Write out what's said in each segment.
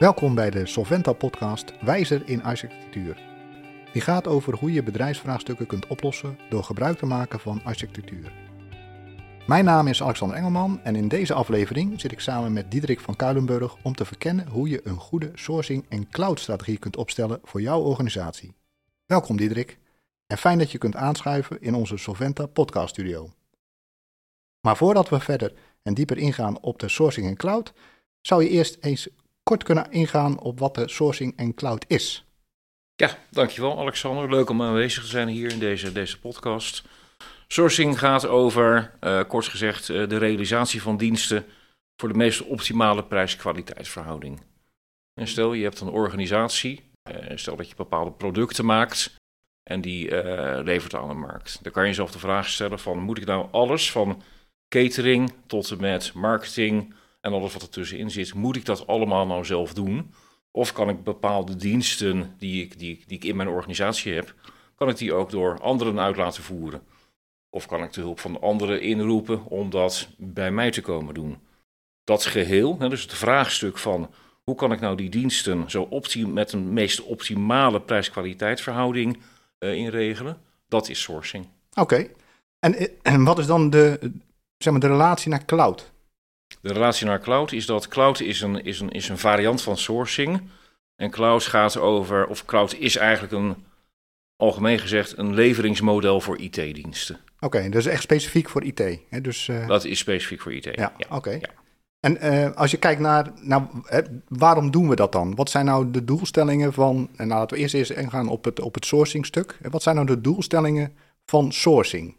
Welkom bij de Solventa-podcast Wijzer in architectuur. Die gaat over hoe je bedrijfsvraagstukken kunt oplossen door gebruik te maken van architectuur. Mijn naam is Alexander Engelman en in deze aflevering zit ik samen met Diederik van Kuilenburg om te verkennen hoe je een goede sourcing- en cloud-strategie kunt opstellen voor jouw organisatie. Welkom Diederik en fijn dat je kunt aanschuiven in onze Solventa-podcaststudio. Maar voordat we verder en dieper ingaan op de sourcing en cloud, zou je eerst eens kort kunnen ingaan op wat de sourcing en cloud is. Ja, dankjewel Alexander. Leuk om aanwezig te zijn hier in deze podcast. Sourcing gaat over, kort gezegd, de realisatie van diensten voor de meest optimale prijs-kwaliteitsverhouding. En stel je hebt een organisatie, stel dat je bepaalde producten maakt en die levert aan de markt. Dan kan je jezelf de vraag stellen van, moet ik nou alles van catering tot en met marketing en alles wat ertussenin zit, moet ik dat allemaal nou zelf doen? Of kan ik bepaalde diensten die ik in mijn organisatie heb, kan ik die ook door anderen uit laten voeren? Of kan ik de hulp van anderen inroepen om dat bij mij te komen doen? Dat geheel, dus het vraagstuk van hoe kan ik nou die diensten zo met een meest optimale prijs-kwaliteitsverhouding inregelen, dat is sourcing. Oké. En wat is dan de relatie naar cloud? De relatie naar cloud is dat cloud is een variant van sourcing. En cloud is eigenlijk algemeen gezegd een leveringsmodel voor IT-diensten. Oké, dat is echt specifiek voor IT. Hè? Dus, dat is specifiek voor IT. Ja. Oké. Ja. En als je kijkt naar waarom doen we dat dan? Wat zijn nou de doelstellingen van, en laten we eerst ingaan op het sourcing stuk. Wat zijn nou de doelstellingen van sourcing?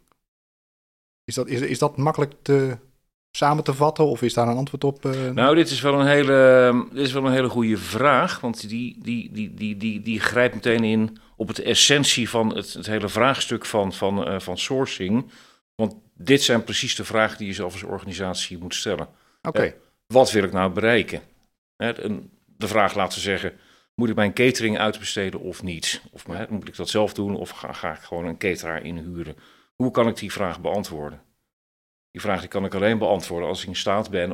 Is dat makkelijk samen te vatten of is daar een antwoord op? Nou, dit is wel een hele goede vraag, want die grijpt meteen in op het essentie van het hele vraagstuk van sourcing. Want dit zijn precies de vragen die je zelf als organisatie moet stellen. Oké. Wat wil ik nou bereiken? De vraag, laten we zeggen, moet ik mijn catering uitbesteden of niet? Of moet ik dat zelf doen of ga ik gewoon een cateraar inhuren? Hoe kan ik die vraag beantwoorden? Die vraag kan ik alleen beantwoorden als ik in staat ben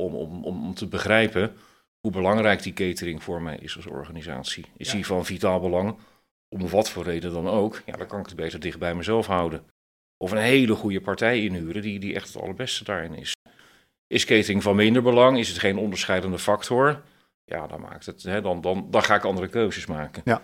om te begrijpen hoe belangrijk die catering voor mij is als organisatie. Is die van vitaal belang, om wat voor reden dan ook, dan kan ik het beter dicht bij mezelf houden. Of een hele goede partij inhuren die echt het allerbeste daarin is. Is catering van minder belang? Is het geen onderscheidende factor? Ja, dan maakt het, dan ga ik andere keuzes maken. Ja.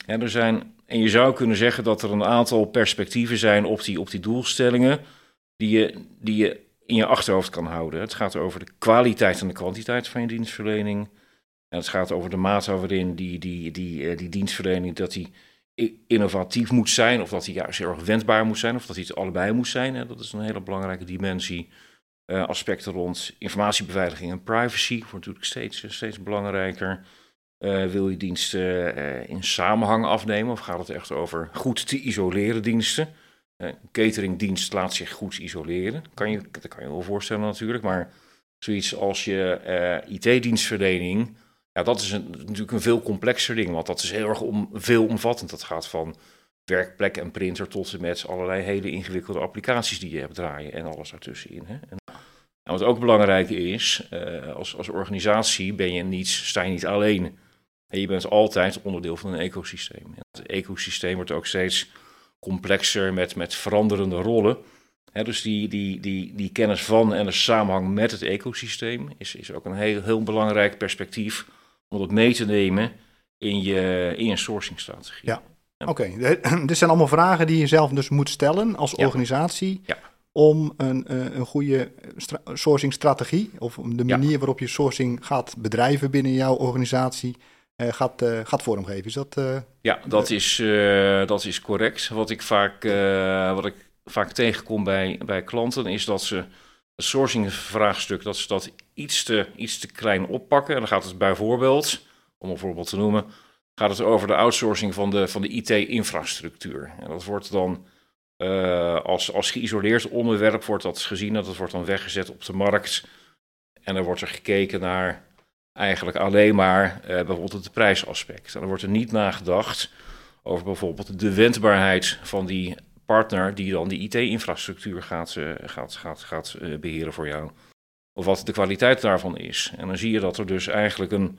En je zou kunnen zeggen dat er een aantal perspectieven zijn op die doelstellingen die je in je achterhoofd kan houden. Het gaat over de kwaliteit en de kwantiteit van je dienstverlening. En het gaat over de mate waarin die dienstverlening dat die innovatief moet zijn, of dat die juist heel erg wendbaar moet zijn, of dat die het allebei moet zijn. Dat is een hele belangrijke dimensie. Aspecten rond informatiebeveiliging en privacy wordt natuurlijk steeds belangrijker. Wil je diensten in samenhang afnemen of gaat het echt over goed te isoleren diensten? Een cateringdienst laat zich goed isoleren. Dat kan je wel voorstellen natuurlijk, maar zoiets als je IT-dienstverlening, dat is natuurlijk een veel complexer ding, want dat is heel erg veelomvattend. Dat gaat van werkplek en printer tot en met allerlei hele ingewikkelde applicaties die je hebt draaien en alles daartussenin. En wat ook belangrijk is, als organisatie sta je niet alleen. En je bent altijd onderdeel van een ecosysteem. En het ecosysteem wordt ook steeds complexer met veranderende rollen. Dus die kennis van en de samenhang met het ecosysteem is ook een heel belangrijk perspectief om dat mee te nemen in je sourcingstrategie. Ja, oké. Dit zijn allemaal vragen die je zelf dus moet stellen als organisatie om een goede sourcingstrategie of de manier waarop je sourcing gaat bedrijven binnen jouw organisatie gaat vormgeven. Is dat? Dat is correct. Wat ik vaak tegenkom bij klanten is dat ze het sourcingvraagstuk dat iets te klein oppakken. En dan gaat het bijvoorbeeld, om een voorbeeld te noemen, gaat het over de outsourcing van de IT-infrastructuur. En dat wordt dan als geïsoleerd onderwerp wordt dat gezien, dat wordt dan weggezet op de markt. En dan wordt er gekeken naar eigenlijk alleen maar bijvoorbeeld het prijsaspect. En dan wordt er niet nagedacht over bijvoorbeeld de wendbaarheid van die partner die dan die IT-infrastructuur gaat beheren voor jou. Of wat de kwaliteit daarvan is. En dan zie je dat er dus eigenlijk een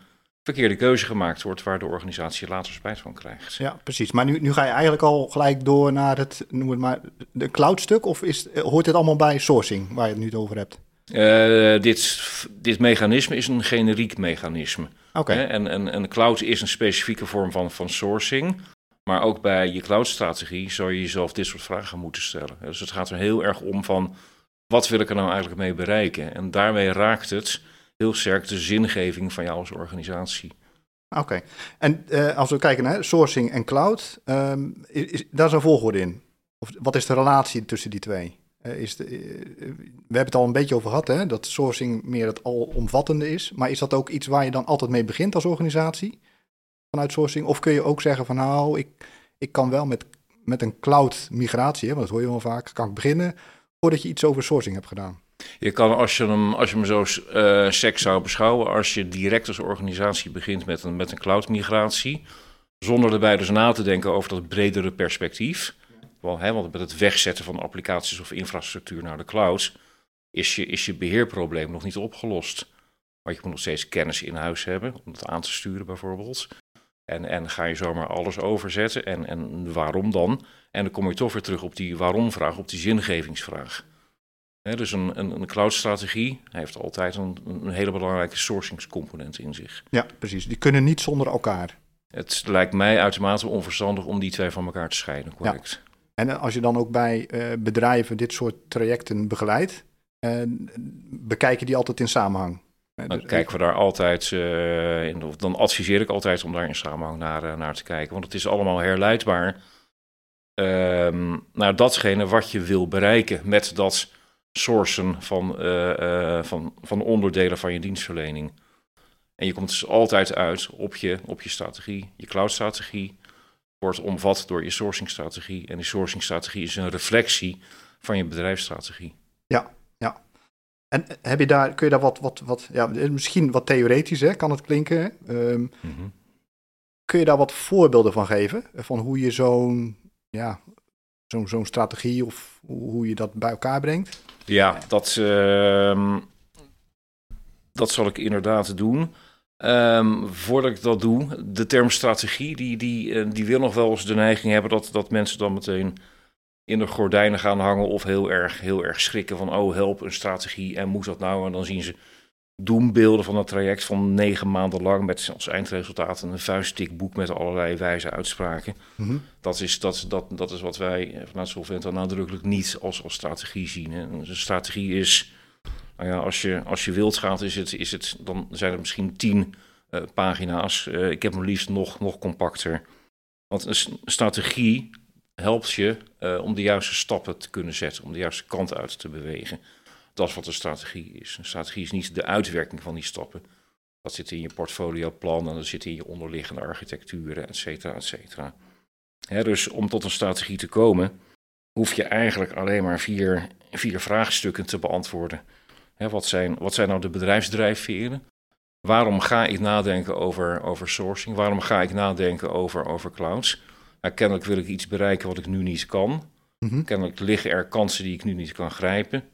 verkeerde keuze gemaakt wordt waar de organisatie later spijt van krijgt. Ja, precies. Maar nu ga je eigenlijk al gelijk door naar het, noem het maar, de cloudstuk, of hoort dit allemaal bij sourcing, waar je het nu over hebt? Dit mechanisme is een generiek mechanisme. Oké. En cloud is een specifieke vorm van sourcing. Maar ook bij je cloud-strategie zou je jezelf dit soort vragen moeten stellen. Dus het gaat er heel erg om van, wat wil ik er nou eigenlijk mee bereiken? En daarmee raakt het heel sterk de zingeving van jou als organisatie. Oké. En als we kijken naar sourcing en cloud, daar is een volgorde in. Of wat is de relatie tussen die twee? We hebben het al een beetje over gehad, hè, dat sourcing meer het alomvattende is. Maar is dat ook iets waar je dan altijd mee begint als organisatie? Vanuit sourcing? Of kun je ook zeggen van nou, ik kan wel met een cloud migratie, hè, want dat hoor je wel vaak, kan ik beginnen voordat je iets over sourcing hebt gedaan. Je kan, als je hem zo sec zou beschouwen, als je direct als organisatie begint met een cloud migratie, zonder erbij dus na te denken over dat bredere perspectief. Want met het wegzetten van applicaties of infrastructuur naar de cloud is je beheerprobleem nog niet opgelost. Maar je moet nog steeds kennis in huis hebben om dat aan te sturen bijvoorbeeld. En ga je zomaar alles overzetten en waarom dan? En dan kom je toch weer terug op die waarom-vraag, op die zingevingsvraag. Dus een cloud-strategie heeft altijd een hele belangrijke sourcingscomponent in zich. Ja, precies. Die kunnen niet zonder elkaar. Het lijkt mij uitermate onverstandig om die twee van elkaar te scheiden, correct. Ja. En als je dan ook bij bedrijven dit soort trajecten begeleidt, bekijk je die altijd in samenhang? Dan kijken we daar altijd in, of dan adviseer ik altijd om daar in samenhang naar te kijken. Want het is allemaal herleidbaar naar datgene wat je wil bereiken met dat sourcen van onderdelen van je dienstverlening. En je komt dus altijd uit op je strategie. Je cloud-strategie wordt omvat door je sourcing-strategie. En die sourcing-strategie is een reflectie van je bedrijfsstrategie. Ja. En kun je daar wat misschien wat theoretisch, hè, kan het klinken. Kun je daar wat voorbeelden van geven? Van hoe je zo'n strategie of hoe je dat bij elkaar brengt? Ja, dat zal ik inderdaad doen. Voordat ik dat doe, de term strategie, die wil nog wel eens de neiging hebben dat mensen dan meteen in de gordijnen gaan hangen of heel erg schrikken van, oh help, een strategie en moet dat nou? En dan zien ze doembeelden van een traject van 9 maanden lang met als eindresultaat een vuistdikboek met allerlei wijze uitspraken. Mm-hmm. Dat is wat wij vanuit Solventa nadrukkelijk niet als strategie zien. Hè. Een strategie is, nou ja, als je wild gaat, dan zijn het misschien 10 pagina's. Ik heb hem liefst nog compacter. Want een strategie helpt je om de juiste stappen te kunnen zetten, om de juiste kant uit te bewegen. Dat is wat een strategie is. Een strategie is niet de uitwerking van die stappen. Dat zit in je portfolioplan en dat zit in je onderliggende architecturen, et cetera, et cetera. Dus om tot een strategie te komen, hoef je eigenlijk alleen maar vier vraagstukken te beantwoorden. Wat zijn nou de bedrijfsdrijfveren? Waarom ga ik nadenken over sourcing? Waarom ga ik nadenken over clouds? Kennelijk wil ik iets bereiken wat ik nu niet kan. Mm-hmm. Kennelijk liggen er kansen die ik nu niet kan grijpen.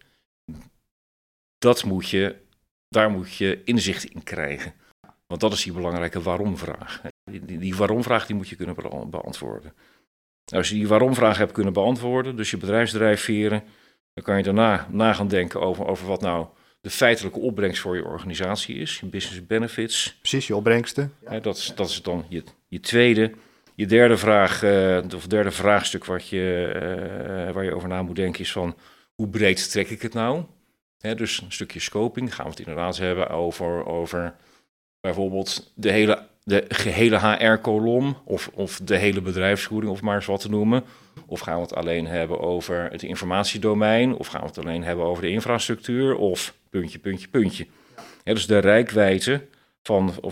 Daar moet je inzicht in krijgen. Want dat is die belangrijke waarom-vraag. Die waarom-vraag die moet je kunnen beantwoorden. Als je die waarom-vraag hebt kunnen beantwoorden, dus je bedrijfsdrijfveren, dan kan je daarna gaan denken over wat nou de feitelijke opbrengst voor je organisatie is. Je business benefits. Precies, je opbrengsten. Dat is dan je tweede. Je derde vraag, of derde vraagstuk waar je over na moet denken is van, hoe breed trek ik het nou? Dus een stukje scoping, gaan we het inderdaad hebben over bijvoorbeeld de gehele HR-kolom of de hele bedrijfsvoering, of maar eens wat te noemen. Of gaan we het alleen hebben over het informatiedomein, of gaan we het alleen hebben over de infrastructuur, of puntje. Dus de reikwijdte van, of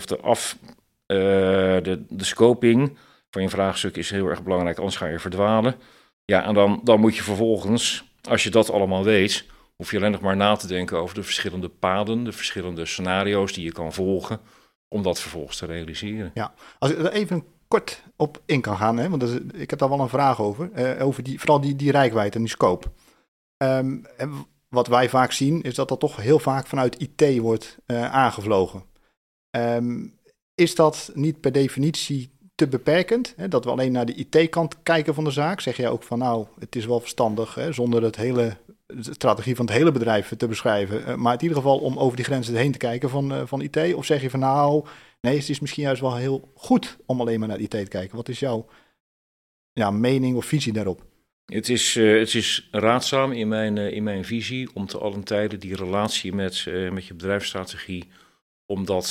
de scoping van je vraagstuk is heel erg belangrijk, anders ga je verdwalen. Ja, en dan moet je vervolgens, als je dat allemaal weet, hoef je alleen nog maar na te denken over de verschillende paden, de verschillende scenario's die je kan volgen, om dat vervolgens te realiseren. Ja, als ik er even kort op in kan gaan, hè, want ik heb daar wel een vraag over vooral die reikwijdte en die scope. En wat wij vaak zien, is dat toch heel vaak vanuit IT wordt aangevlogen. is dat niet per definitie te beperkend? Hè? Dat we alleen naar de IT-kant kijken van de zaak? Zeg jij ook van nou, het is wel verstandig, hè, zonder de strategie van het hele bedrijf te beschrijven, maar in ieder geval om over die grenzen heen te kijken van IT? Of zeg je van nou, nee, het is misschien juist wel heel goed om alleen maar naar IT te kijken? Wat is jouw mening of visie daarop? Het is raadzaam in mijn visie om te allen tijden die relatie met je bedrijfsstrategie, om dat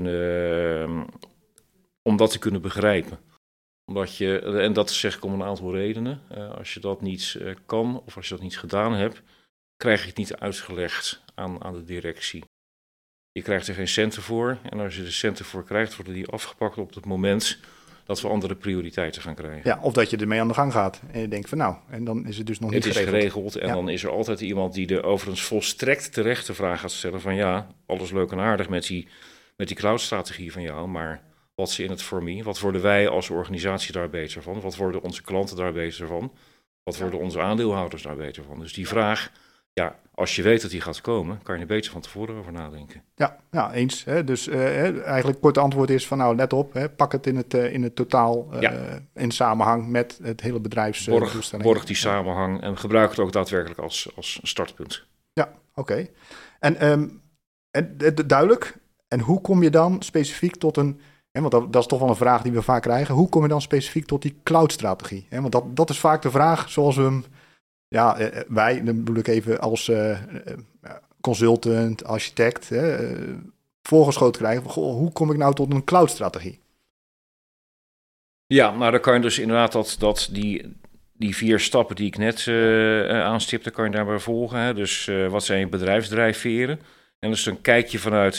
te kunnen begrijpen. En dat zeg ik om een aantal redenen. Als je dat niet kan of als je dat niet gedaan hebt, krijg je het niet uitgelegd aan de directie. Je krijgt er geen centen voor en als je de centen voor krijgt, worden die afgepakt op het moment dat we andere prioriteiten gaan krijgen. Ja, of dat je ermee aan de gang gaat en je denkt van nou, en dan is het dus nog niet geregeld. Het is geregeld en dan is er altijd iemand die de overigens volstrekt terechte vraag gaat stellen van ja, alles leuk en aardig met die cloud-strategie van jou, maar wat is in het voor me? Wat worden wij als organisatie daar beter van? Wat worden onze klanten daar beter van? Wat worden onze aandeelhouders daar beter van? Dus die vraag, ja, als je weet dat die gaat komen, kan je er beter van tevoren over nadenken. Ja, eens. Hè? Dus eigenlijk het korte antwoord is van nou, let op, hè, pak het in het totaal in samenhang met het hele bedrijfsdoelstelling. Borg die samenhang en gebruik het ook daadwerkelijk als startpunt. Ja, oké. En duidelijk. En hoe kom je dan specifiek tot een... want dat is toch wel een vraag die we vaak krijgen. Hoe kom je dan specifiek tot die cloud-strategie? Want dat is vaak de vraag zoals we hem... wij, dan bedoel ik even als consultant, architect, voorgeschoten krijgen. Hoe kom ik nou tot een cloud-strategie? Ja, nou dan kan je dus inderdaad die 4 stappen die ik net aanstipte, kan je daarbij volgen. Hè? Dus wat zijn je bedrijfsdrijfveren? En dus dan kijk je vanuit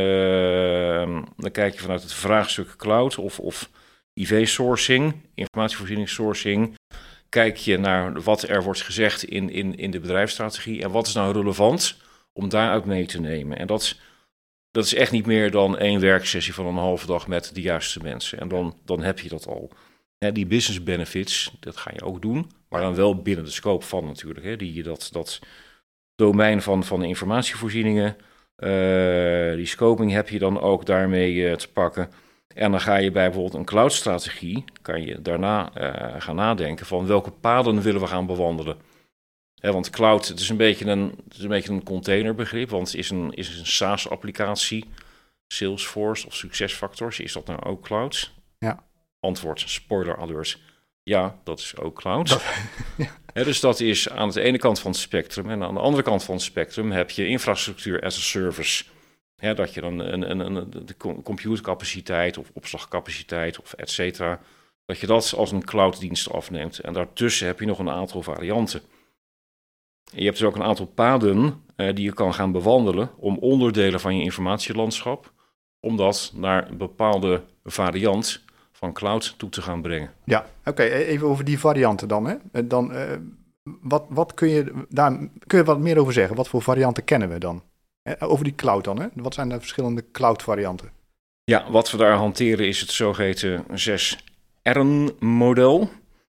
het vraagstuk cloud of IV-sourcing, informatievoorzieningssourcing. Kijk je naar wat er wordt gezegd in de bedrijfsstrategie en wat is nou relevant om daaruit mee te nemen. En dat is echt niet meer dan 1 werksessie van een halve dag met de juiste mensen. En dan heb je dat al. Ja, die business benefits, dat ga je ook doen, maar dan wel binnen de scope van natuurlijk. Hè, dat domein van de informatievoorzieningen, die scoping heb je dan ook daarmee te pakken. En dan ga je bij bijvoorbeeld een cloud-strategie, kan je daarna gaan nadenken van welke paden willen we gaan bewandelen. Want cloud, het is een beetje een containerbegrip, want het is een SaaS-applicatie, Salesforce of SuccessFactors, is dat nou ook cloud? Ja. Antwoord, spoiler alert, ja, dat is ook cloud. Dus dat is aan de ene kant van het spectrum. En aan de andere kant van het spectrum heb je infrastructuur as a service. Dat je dan de computercapaciteit of opslagcapaciteit of et cetera, dat je dat als een clouddienst afneemt. En daartussen heb je nog een aantal varianten. Je hebt dus ook een aantal paden die je kan gaan bewandelen om onderdelen van je informatielandschap, om dat naar een bepaalde variant van cloud toe te gaan brengen. Ja, oké. Even over die varianten dan. Hè? Dan wat kun je wat meer over zeggen? Wat voor varianten kennen we dan? Over die cloud dan, hè? Wat zijn de verschillende cloud-varianten? Ja, wat we daar hanteren is het zogeheten 6R-model.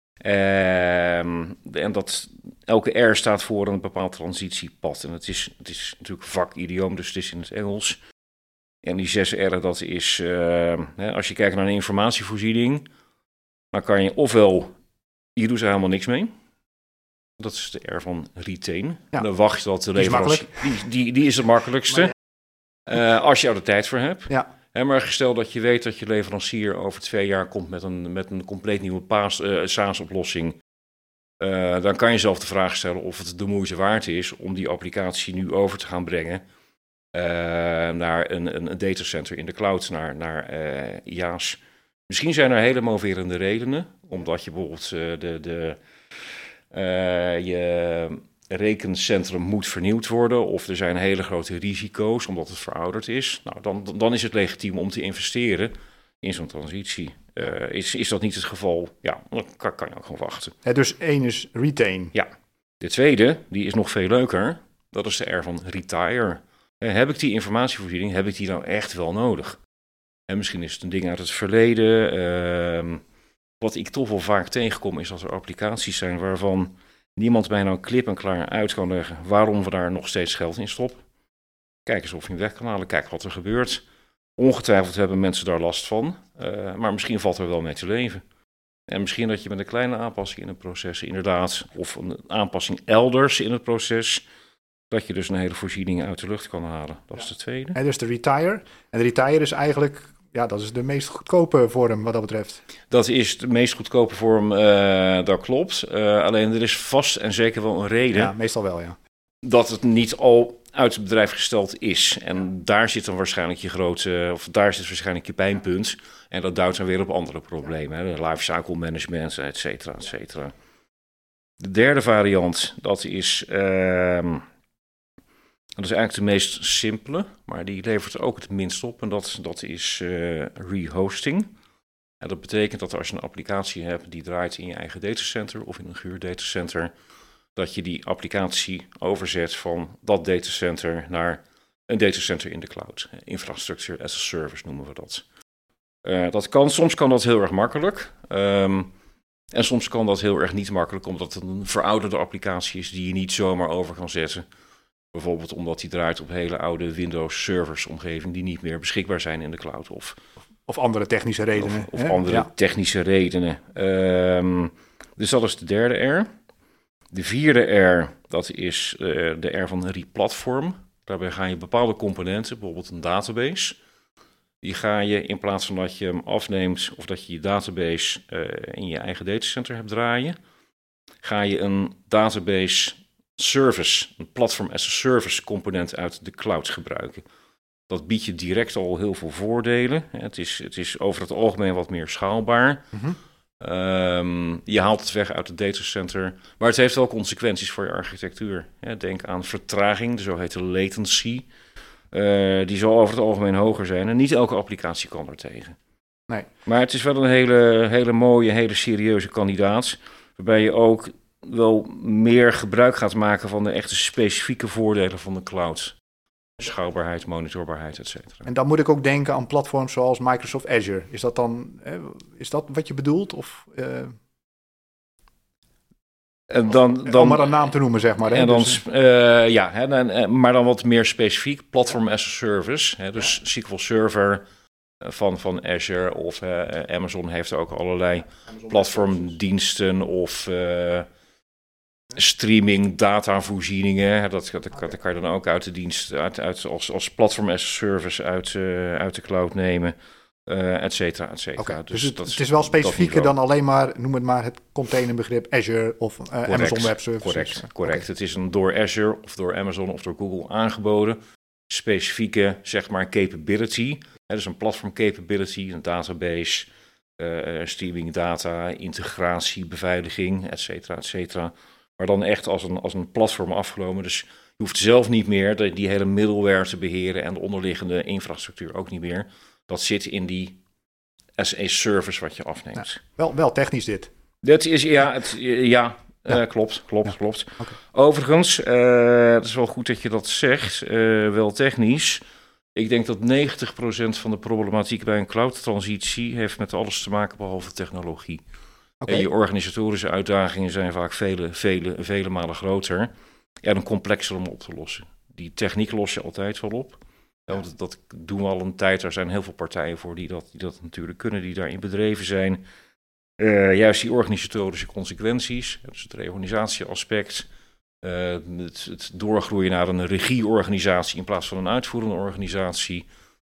En dat elke R staat voor een bepaald transitiepad. En het is natuurlijk vakidioom, dus het is in het Engels. En die 6R, dat is, als je kijkt naar een informatievoorziening, dan kan je ofwel, je doet er helemaal niks mee. Dat is de R van retain. Ja. Dan wacht je tot de leverancier. Die is het makkelijkste. Als je er de tijd voor hebt. Ja. Maar stel dat je weet dat je leverancier over 2 jaar komt met een compleet nieuwe SaaS-oplossing. Dan kan je zelf de vraag stellen of het de moeite waard is om die applicatie nu over te gaan brengen naar een datacenter in de cloud, naar IaaS. Misschien zijn er hele moverende redenen, omdat je bijvoorbeeld je rekencentrum moet vernieuwd worden of er zijn hele grote risico's omdat het verouderd is. Nou, dan is het legitiem om te investeren in zo'n transitie. Is dat niet het geval? Ja, dan kan je ook gewoon wachten. Dus 1 is retain. Ja. De tweede, die is nog veel leuker. Dat is de R van retire. Heb ik die informatievoorziening, heb ik die nou echt wel nodig? En misschien is het een ding uit het verleden. Wat ik toch wel vaak tegenkom is dat er applicaties zijn waarvan niemand mij nou klip en klaar uit kan leggen waarom we daar nog steeds geld in stoppen. Kijk eens of je hem weg kan halen, kijk wat er gebeurt. Ongetwijfeld hebben mensen daar last van, maar misschien valt er wel mee te leven. En misschien dat je met een kleine aanpassing in het proces inderdaad, of een aanpassing elders in het proces, dat je dus een hele voorziening uit de lucht kan halen. Dat is de tweede. En dus de retire. En de retire is eigenlijk, dat is de meest goedkope vorm wat dat betreft. Dat is de meest goedkope vorm, dat klopt. Alleen er is vast en zeker wel een reden. Ja, meestal wel, ja. Dat het niet al uit het bedrijf gesteld is. En daar zit dan waarschijnlijk daar zit waarschijnlijk je pijnpunt. En dat duwt dan weer op andere problemen. Hè? Lifecycle management, et cetera, et cetera. De derde variant, dat is eigenlijk de meest simpele, maar die levert ook het minst op. En dat is rehosting. En dat betekent dat als je een applicatie hebt die draait in je eigen datacenter of in een gehuurdatacenter, dat je die applicatie overzet van dat datacenter naar een datacenter in de cloud. Infrastructure as a service noemen we dat. Soms kan dat heel erg makkelijk. En soms kan dat heel erg niet makkelijk, omdat het een verouderde applicatie is die je niet zomaar over kan zetten. Bijvoorbeeld omdat die draait op hele oude Windows servers omgeving die niet meer beschikbaar zijn in de cloud. Of andere technische redenen. Of andere technische redenen. Dus dat is de derde R. De vierde R, dat is de R van replatform. Daarbij ga je bepaalde componenten, bijvoorbeeld een database, die ga je in plaats van dat je hem afneemt of dat je je database in je eigen datacenter hebt draaien, ga je een database service, een platform as a service component uit de cloud gebruiken. Dat biedt je direct al heel veel voordelen. Het is over het algemeen wat meer schaalbaar. Mm-hmm. Je haalt het weg uit het datacenter, maar het heeft wel consequenties voor je architectuur. Denk aan vertraging, de zogeheten latency. Die zal over het algemeen hoger zijn en niet elke applicatie kan er tegen. Nee. Maar het is wel een hele mooie, hele serieuze kandidaat, waarbij je ook wel meer gebruik gaat maken van de echte specifieke voordelen van de cloud. Schaalbaarheid, monitorbaarheid, et cetera. En dan moet ik ook denken aan platforms zoals Microsoft Azure. Is dat dan, is dat wat je bedoelt? Of, om maar een naam te noemen, zeg maar. Hè? En dan, maar dan wat meer specifiek. Platform as a service. Hè, dus SQL Server van Azure of Amazon heeft ook allerlei platformdiensten of streaming datavoorzieningen. Dat kan je dan ook uit de dienst als platform as a service uit de cloud nemen. Et cetera, et cetera. Okay, dus het is wel specifieker dan alleen maar, noem het maar, het containerbegrip Azure of Amazon Web Services. Correct. Okay. Het is een door Azure of door Amazon of door Google aangeboden specifieke, zeg maar, capability. Dus een platform capability, een database, streaming data, integratie, beveiliging, et cetera, et cetera. Maar dan echt als een platform afgenomen. Dus je hoeft zelf niet meer die hele middleware te beheren en de onderliggende infrastructuur ook niet meer. Dat zit in die as a service wat je afneemt. Ja, wel technisch dit. Dat is, klopt. Okay. Overigens, het is wel goed dat je dat zegt, wel technisch. Ik denk dat 90% van de problematiek bij een cloud-transitie heeft met alles te maken behalve technologie. Okay. En je organisatorische uitdagingen zijn vaak vele malen groter en complexer om op te lossen. Die techniek los je altijd wel op. Ja, want dat doen we al een tijd. Er zijn heel veel partijen voor die dat natuurlijk kunnen, die daarin bedreven zijn. Juist die organisatorische consequenties, dus het reorganisatieaspect, het doorgroeien naar een regieorganisatie in plaats van een uitvoerende organisatie,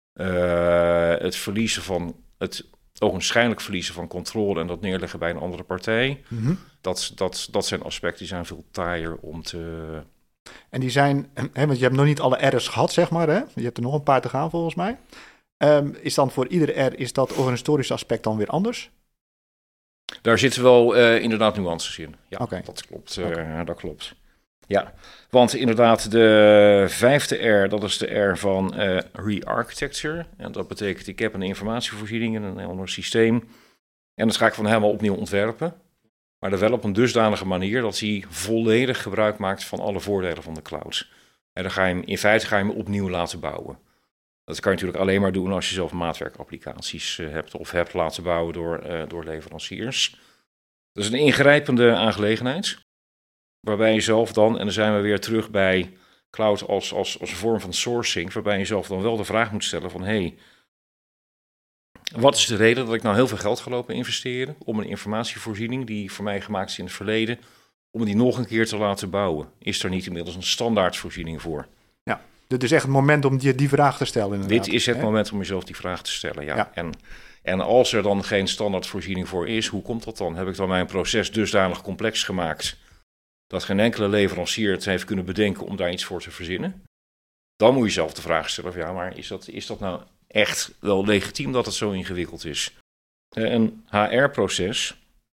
het verliezen van het ogenschijnlijk verliezen van controle en dat neerleggen bij een andere partij. Mm-hmm. Dat zijn aspecten die zijn veel taaier om te. En die zijn, want je hebt nog niet alle R's gehad, zeg maar. Hè? Je hebt er nog een paar te gaan, volgens mij. Is dan voor iedere R, is dat organisatorische aspect dan weer anders? Daar zitten wel inderdaad nuances in. Ja, okay. Dat klopt. Dat klopt. Ja, want inderdaad de vijfde R, dat is de R van re-architecture. En dat betekent, ik heb een informatievoorziening in een ander systeem. En dat ga ik van helemaal opnieuw ontwerpen. Maar dan wel op een dusdanige manier dat hij volledig gebruik maakt van alle voordelen van de cloud. En dan ga je hem opnieuw laten bouwen. Dat kan je natuurlijk alleen maar doen als je zelf maatwerkapplicaties hebt of hebt laten bouwen door leveranciers. Dat is een ingrijpende aangelegenheid. Waarbij je zelf dan, en dan zijn we weer terug bij cloud als een vorm van sourcing, waarbij je zelf dan wel de vraag moet stellen van Wat is de reden dat ik nou heel veel geld ga lopen investeren om een informatievoorziening die voor mij gemaakt is in het verleden, om die nog een keer te laten bouwen? Is er niet inmiddels een standaardvoorziening voor? Ja, dit is echt het moment om die vraag te stellen inderdaad. Dit is het moment om jezelf die vraag te stellen, ja. En als er dan geen standaardvoorziening voor is, hoe komt dat dan? Heb ik dan mijn proces dusdanig complex gemaakt dat geen enkele leverancier het heeft kunnen bedenken om daar iets voor te verzinnen? Dan moet je zelf de vraag stellen, ja, maar is dat nou echt wel legitiem dat het zo ingewikkeld is? Een HR-proces,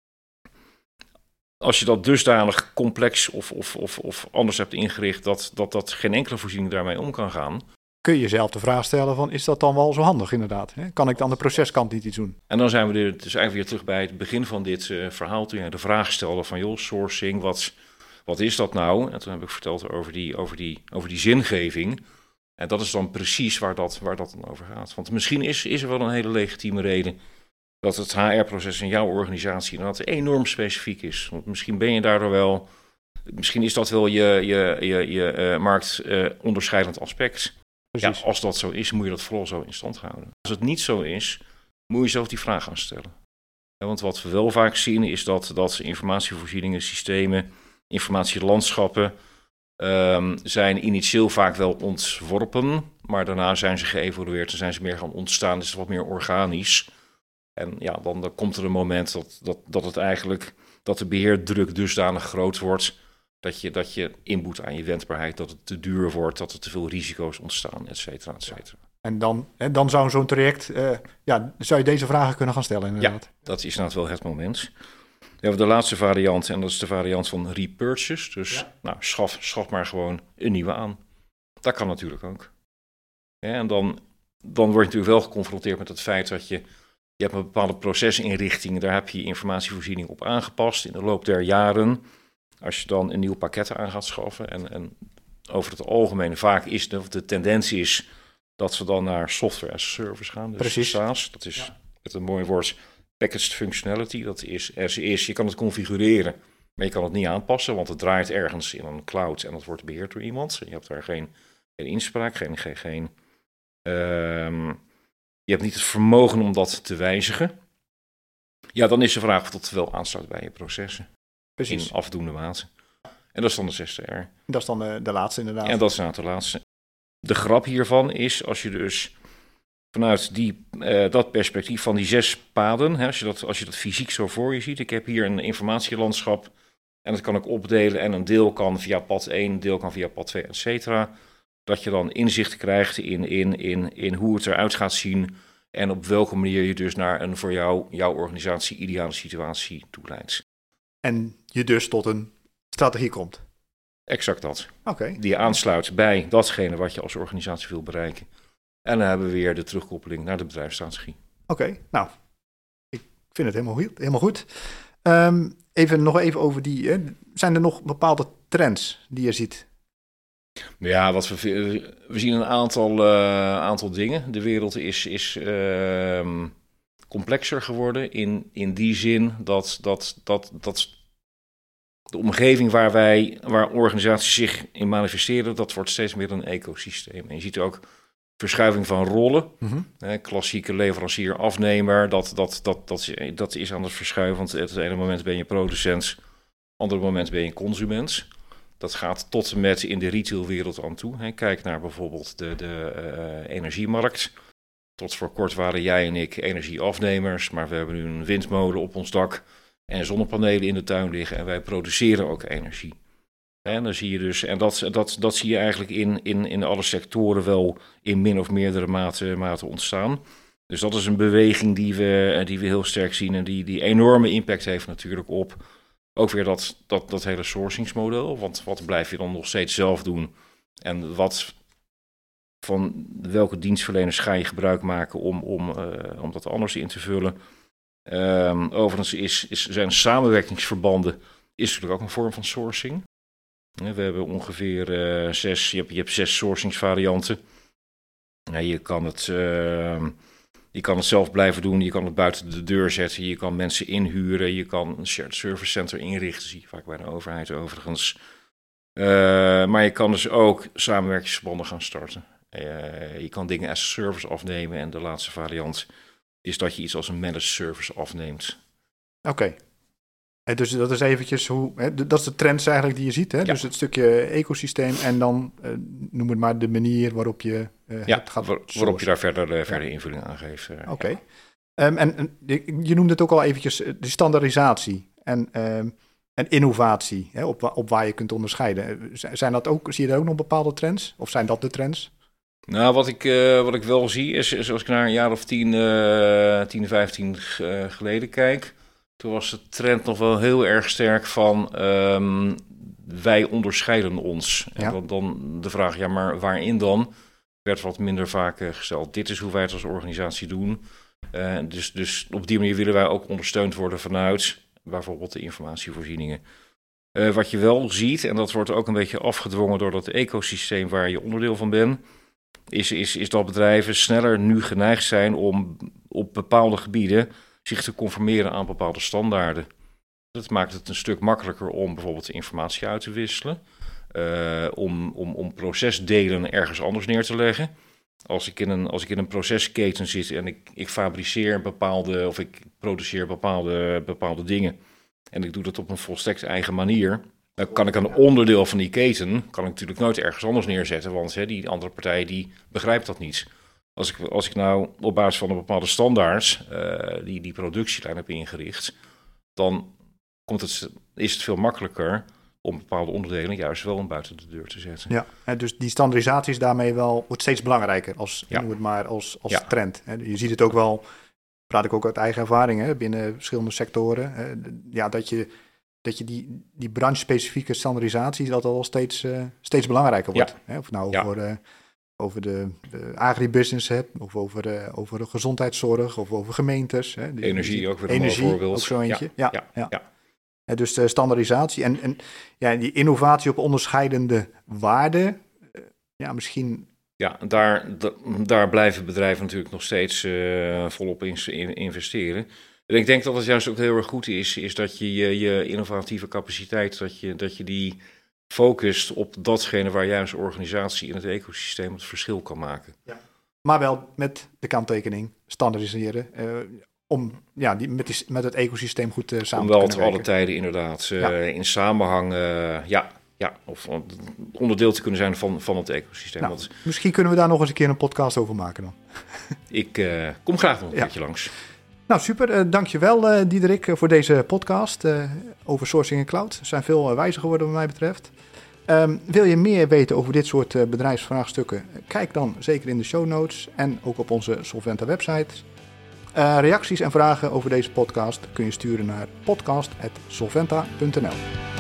als je dat dusdanig complex of anders hebt ingericht dat geen enkele voorziening daarmee om kan gaan, kun je jezelf de vraag stellen van, is dat dan wel zo handig inderdaad? Hè? Kan ik aan de proceskant niet iets doen? En dan zijn we dus eigenlijk weer terug bij het begin van dit verhaal, toen jij de vraag stelde van, joh, sourcing, wat is dat nou? En toen heb ik verteld over die zingeving. En dat is dan precies waar dat dan over gaat. Want misschien is er wel een hele legitieme reden dat het HR-proces in jouw organisatie inderdaad enorm specifiek is. Want misschien ben je daardoor wel, misschien is dat wel je marktonderscheidend aspect. Precies. Ja, als dat zo is, moet je dat vooral zo in stand houden. Als het niet zo is, moet je zelf die vraag gaan stellen. Ja, want wat we wel vaak zien is dat informatievoorzieningen, systemen, informatielandschappen zijn initieel vaak wel ontworpen, maar daarna zijn ze geëvolueerd en zijn ze meer gaan ontstaan. Dus wat meer organisch. En ja, dan komt er een moment dat de beheerdruk dusdanig groot wordt dat je inboet aan je wendbaarheid, dat het te duur wordt, dat er te veel risico's ontstaan, et cetera, et cetera. En dan zou zo'n traject, zou je deze vragen kunnen gaan stellen inderdaad. Ja, dat is inderdaad wel het moment. We hebben de laatste variant en dat is de variant van repurchase. Dus schaf maar gewoon een nieuwe aan. Dat kan natuurlijk ook. Ja, en dan word je natuurlijk wel geconfronteerd met het feit dat je hebt een bepaalde procesinrichting, daar heb je informatievoorziening op aangepast in de loop der jaren. Als je dan een nieuw pakket aan gaat schaffen en over het algemeen vaak is de tendentie is dat we dan naar software as a service gaan. Dus precies. SaaS, dat is met een mooi woord packaged functionality. Dat is, je kan het configureren, maar je kan het niet aanpassen, want het draait ergens in een cloud en dat wordt beheerd door iemand. Je hebt daar geen inspraak, je hebt niet het vermogen om dat te wijzigen. Ja, dan is de vraag of dat wel aansluit bij je processen. Precies. In afdoende mate. En dat is dan de 6R. Dat is dan de laatste inderdaad. En dat is inderdaad de laatste. De grap hiervan is, als je dus vanuit dat perspectief van die 6 paden, hè, als je dat fysiek zo voor je ziet. Ik heb hier een informatielandschap en dat kan ik opdelen en een deel kan via pad 1, een deel kan via pad 2, et cetera. Dat je dan inzicht krijgt in hoe het eruit gaat zien en op welke manier je dus naar een voor jouw organisatie ideale situatie toeleidt. En je dus tot een strategie komt. Exact dat. Okay. Die aansluit bij datgene wat je als organisatie wil bereiken. En dan hebben we weer de terugkoppeling naar de bedrijfsstrategie. Oké, nou, ik vind het helemaal goed. Nog even over die, zijn er nog bepaalde trends die je ziet? Ja, we zien een aantal dingen. De wereld is complexer geworden in die zin dat de omgeving waar organisaties zich in manifesteren, dat wordt steeds meer een ecosysteem. En je ziet ook verschuiving van rollen. Mm-hmm. Klassieke leverancier-afnemer, dat is aan het verschuiven. Want het ene moment ben je producent, het andere moment ben je consument. Dat gaat tot en met in de retailwereld aan toe. Kijk naar bijvoorbeeld de energiemarkt. Tot voor kort waren jij en ik energieafnemers, maar we hebben nu een windmolen op ons dak en zonnepanelen in de tuin liggen en wij produceren ook energie. En dan zie je dus, en dat zie je eigenlijk in alle sectoren wel in min of meerdere mate ontstaan. Dus dat is een beweging die we heel sterk zien en die enorme impact heeft natuurlijk op ook weer dat hele sourcingsmodel. Want wat blijf je dan nog steeds zelf doen? En van welke dienstverleners ga je gebruik maken om dat anders in te vullen? Overigens zijn samenwerkingsverbanden is natuurlijk ook een vorm van sourcing. We hebben ongeveer 6, je hebt 6 sourcingsvarianten. Je kan het zelf blijven doen, je kan het buiten de deur zetten, je kan mensen inhuren, je kan een shared service center inrichten, zie je vaak bij de overheid overigens. Maar je kan dus ook samenwerkingsverbanden gaan starten. Je kan dingen as a service afnemen en de laatste variant is dat je iets als een managed service afneemt. Oké. Dus dat is eventjes dat is de trends eigenlijk die je ziet. Hè? Ja. Dus het stukje ecosysteem en dan noem het maar de manier waarop je het gaat waarop je daar verder invulling aan geeft. Oké. En je noemde het ook al eventjes, de standaardisatie en innovatie, hè, op waar je kunt onderscheiden. Zijn dat ook, zie je daar ook nog bepaalde trends? Of zijn dat de trends? Nou, wat ik wel zie is als ik naar een jaar of 10, 15 geleden kijk, toen was de trend nog wel heel erg sterk van wij onderscheiden ons. Ja. En dan de vraag, maar waarin dan? Werd wat minder vaak gesteld. Dit is hoe wij het als organisatie doen. Dus op die manier willen wij ook ondersteund worden vanuit bijvoorbeeld de informatievoorzieningen. Wat je wel ziet, en dat wordt ook een beetje afgedwongen door dat ecosysteem waar je onderdeel van bent, is dat bedrijven sneller nu geneigd zijn om op bepaalde gebieden zich te conformeren aan bepaalde standaarden. Dat maakt het een stuk makkelijker om bijvoorbeeld informatie uit te wisselen, om procesdelen ergens anders neer te leggen. Als ik in een procesketen zit en ik fabriceer of ik produceer bepaalde dingen en ik doe dat op een volstrekt eigen manier, dan kan ik een onderdeel van die keten natuurlijk nooit ergens anders neerzetten, want die andere partij die begrijpt dat niet. Als ik nou op basis van een bepaalde standaards die productielijn heb ingericht, dan is het veel makkelijker om bepaalde onderdelen juist wel buiten de deur te zetten. Ja, dus die standaardisatie is daarmee wordt steeds belangrijker noem het maar als trend. Je ziet het ook wel, praat ik ook uit eigen ervaring, binnen verschillende sectoren, dat je die branche-specifieke standaardisatie, dat al steeds belangrijker wordt. Ja. Of nou over de agribusiness hebt, of over de gezondheidszorg, of over gemeentes. Energie ook weer een mooi voorbeeld. Ook zo eentje. Ja. Dus de standaardisatie en die innovatie op onderscheidende waarden, misschien. Ja, daar blijven bedrijven natuurlijk nog steeds volop in investeren. En ik denk dat het juist ook heel erg goed is dat je innovatieve capaciteit, dat je die focust op datgene waar jij als organisatie in het ecosysteem het verschil kan maken. Ja. Maar wel met de kanttekening, standaardiseren, om met het ecosysteem goed samen te kunnen werken. Om wel te alle tijden inderdaad in samenhang, of onderdeel te kunnen zijn van het ecosysteem. Nou, misschien kunnen we daar nog eens een keer een podcast over maken dan. Ik kom graag nog een keertje langs. Nou, super. Dankjewel, Diederik, voor deze podcast over sourcing en cloud. Er zijn veel wijzer geworden wat mij betreft. Wil je meer weten over dit soort bedrijfsvraagstukken? Kijk dan zeker in de show notes en ook op onze Solventa website. Reacties en vragen over deze podcast kun je sturen naar podcast@solventa.nl.